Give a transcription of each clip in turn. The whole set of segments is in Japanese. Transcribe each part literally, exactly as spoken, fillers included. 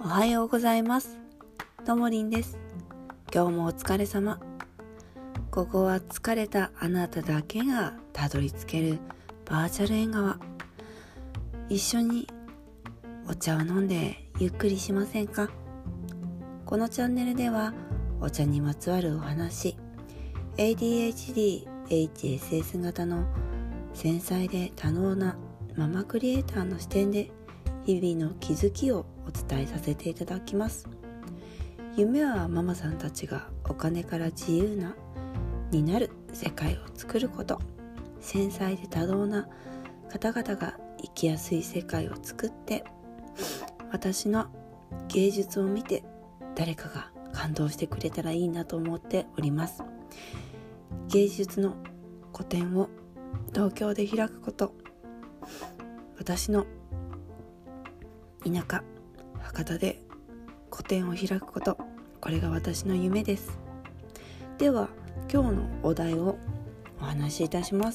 おはようございます。ともりんです。今日もお疲れ様。ここは疲れたあなただけがたどり着けるバーチャル縁側。一緒にお茶を飲んでゆっくりしませんか？このチャンネルではお茶にまつわるお話、エーディーエイチディー、エイチエスエス 型の繊細で多能なママクリエイターの視点で日々の気づきをお伝えさせていただきます。夢はママさんたちがお金から自由なになる世界を作ること。繊細で多動な方々が生きやすい世界を作って、私の芸術を見て誰かが感動してくれたらいいなと思っております。芸術の個展を東京で開くこと、私の田舎博多で個展を開くこと、これが私の夢です。では今日のお題をお話しいたします。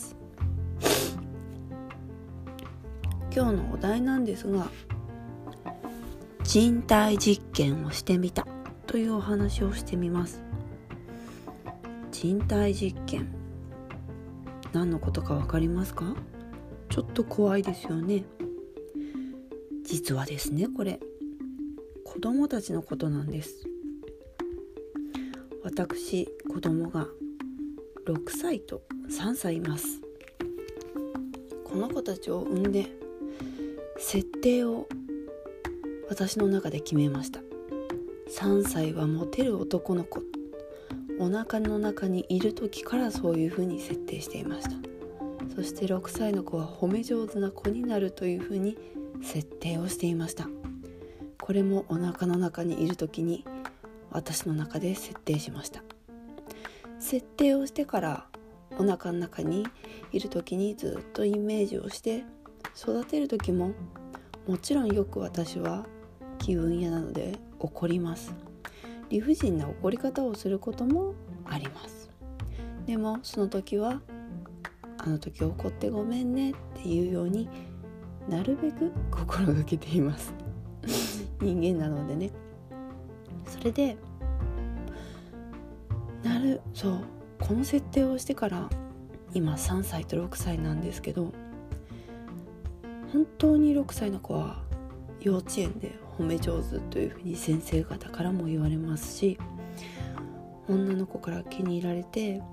今日のお題なんですが、人体実験をしてみたというお話をしてみます。人体実験、何のことかわかりますか？ちょっと怖いですよね。実はですね、これ子供たちのことなんです。私、子供がろくさいとさんさいいます。この子たちを産んで設定を私の中で決めました。さんさいはモテる男の子、お腹の中にいる時からそういうふうに設定していました。そしてろくさいの子は褒め上手な子になるというふうに設定をしていました。これもお腹の中にいる時に私の中で設定しました。設定をしてからお腹の中にいる時にずっとイメージをして育てる時も、もちろんよく私は気分屋なので怒ります。理不尽な怒り方をすることもあります。でもその時はあの時怒ってごめんねっていうようになるべく心がけています人間なのでね。それでなるそうこの設定をしてから今さんさいとろくさいなんですけど、本当にろくさいの子は幼稚園で褒め上手というふうに先生方からも言われますし、女の子から気に入られて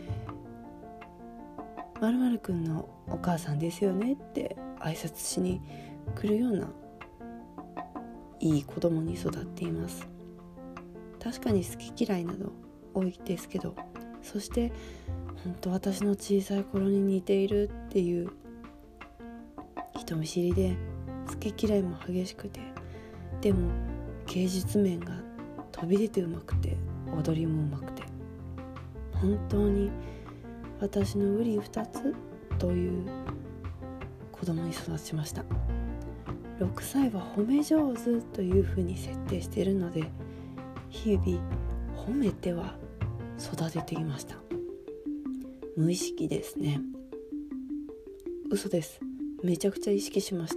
〇〇くんのお母さんですよねって挨拶しに来るようないい子供に育っています。確かに好き嫌いなど多いですけど、そして本当私の小さい頃に似ているっていう人見知りで好き嫌いも激しくて、でも芸術面が飛び出てうまくて踊りもうまくて、本当に私のうり二つという子供に育ちました。ろくさいは褒め上手というふうに設定しているので、日々褒めては育てていました。無意識ですね。嘘です。めちゃくちゃ意識しました。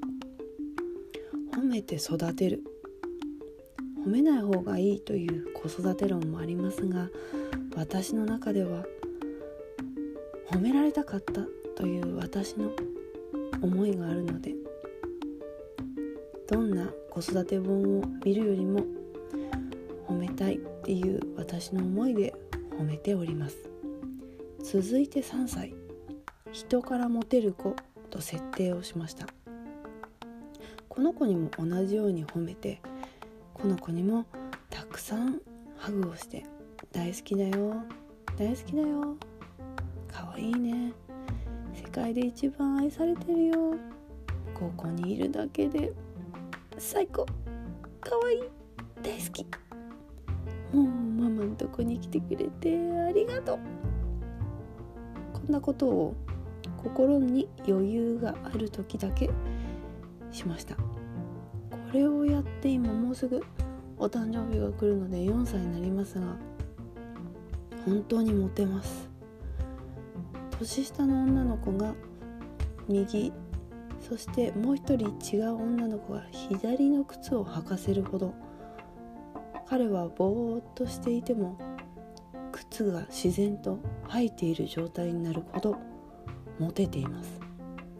褒めて育てる、褒めない方がいいという子育て論もありますが、私の中では褒められたかったという私の思いがあるので、どんな子育て本を見るよりも褒めたいっていう私の思いで褒めております。続いてさんさい、人からモテる子と設定をしました。この子にも同じように褒めて、この子にもたくさんハグをして、大好きだよ、大好きだよ、かわいいね、世界で一番愛されてるよ、ここにいるだけで最高、かわいい、大好き、もうママのとこに来てくれてありがとう。こんなことを心に余裕がある時だけしました。これをやって今もうすぐお誕生日が来るのでよんさいになりますが、本当にモテます。年下の女の子が右そしてもう一人違う女の子が左の靴を履かせるほど、彼はぼーっとしていても靴が自然と履いている状態になるほどモテています。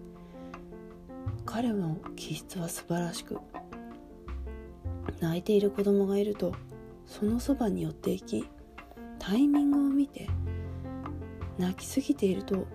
彼の気質は素晴らしく、泣いている子供がいるとそのそばに寄っていき、タイミングを見て、泣きすぎていると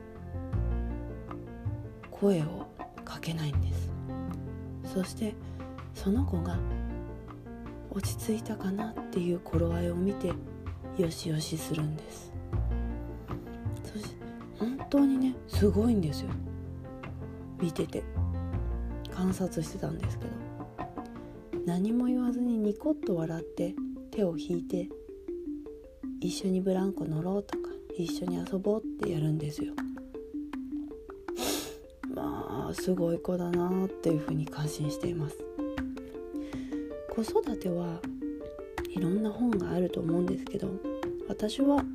声をかけないんです。そしてその子が落ち着いたかなっていう頃合いを見てよしよしするんです。そして本当にね、すごいんですよ。見てて観察してたんですけど、何も言わずにニコッと笑って手を引いて、一緒にブランコ乗ろうとか一緒に遊ぼうってやるんですよ。まあすごい子だなっていうふうに感心しています。子育てはいろんな本があると思うんですけど、私は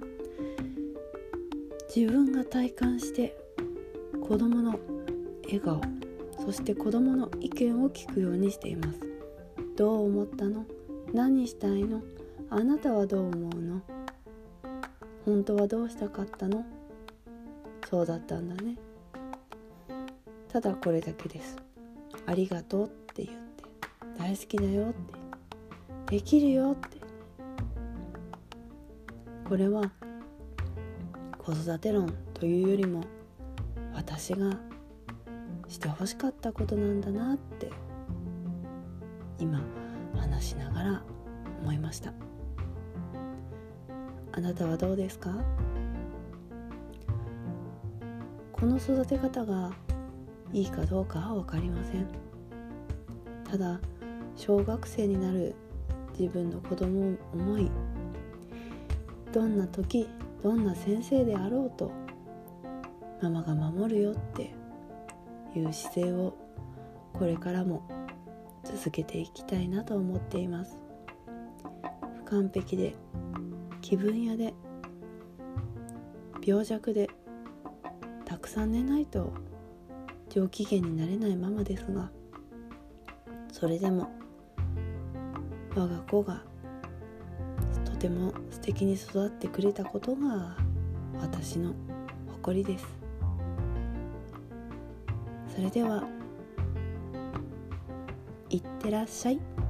自分が体感して子供の笑顔、そして子供の意見を聞くようにしています。どう思ったの？何したいの？あなたはどう思うの？本当はどうしたかったの？そうだったんだね。ただこれだけです。ありがとうって言って、大好きだよって、できるよって。これは子育て論というよりも、私がしてほしかったことなんだなって今話しながら思いました。あなたはどうですか？この育て方がいいかどうかは分かりません。ただ小学生になる自分の子供を思い、どんな時どんな先生であろうとママが守るよっていう姿勢をこれからも続けていきたいなと思っています。不完璧で気分屋で病弱でたくさん寝ないと上機嫌になれないママですが、それでも我が子がとても素敵に育ってくれたことが私の誇りです。それではいってらっしゃい。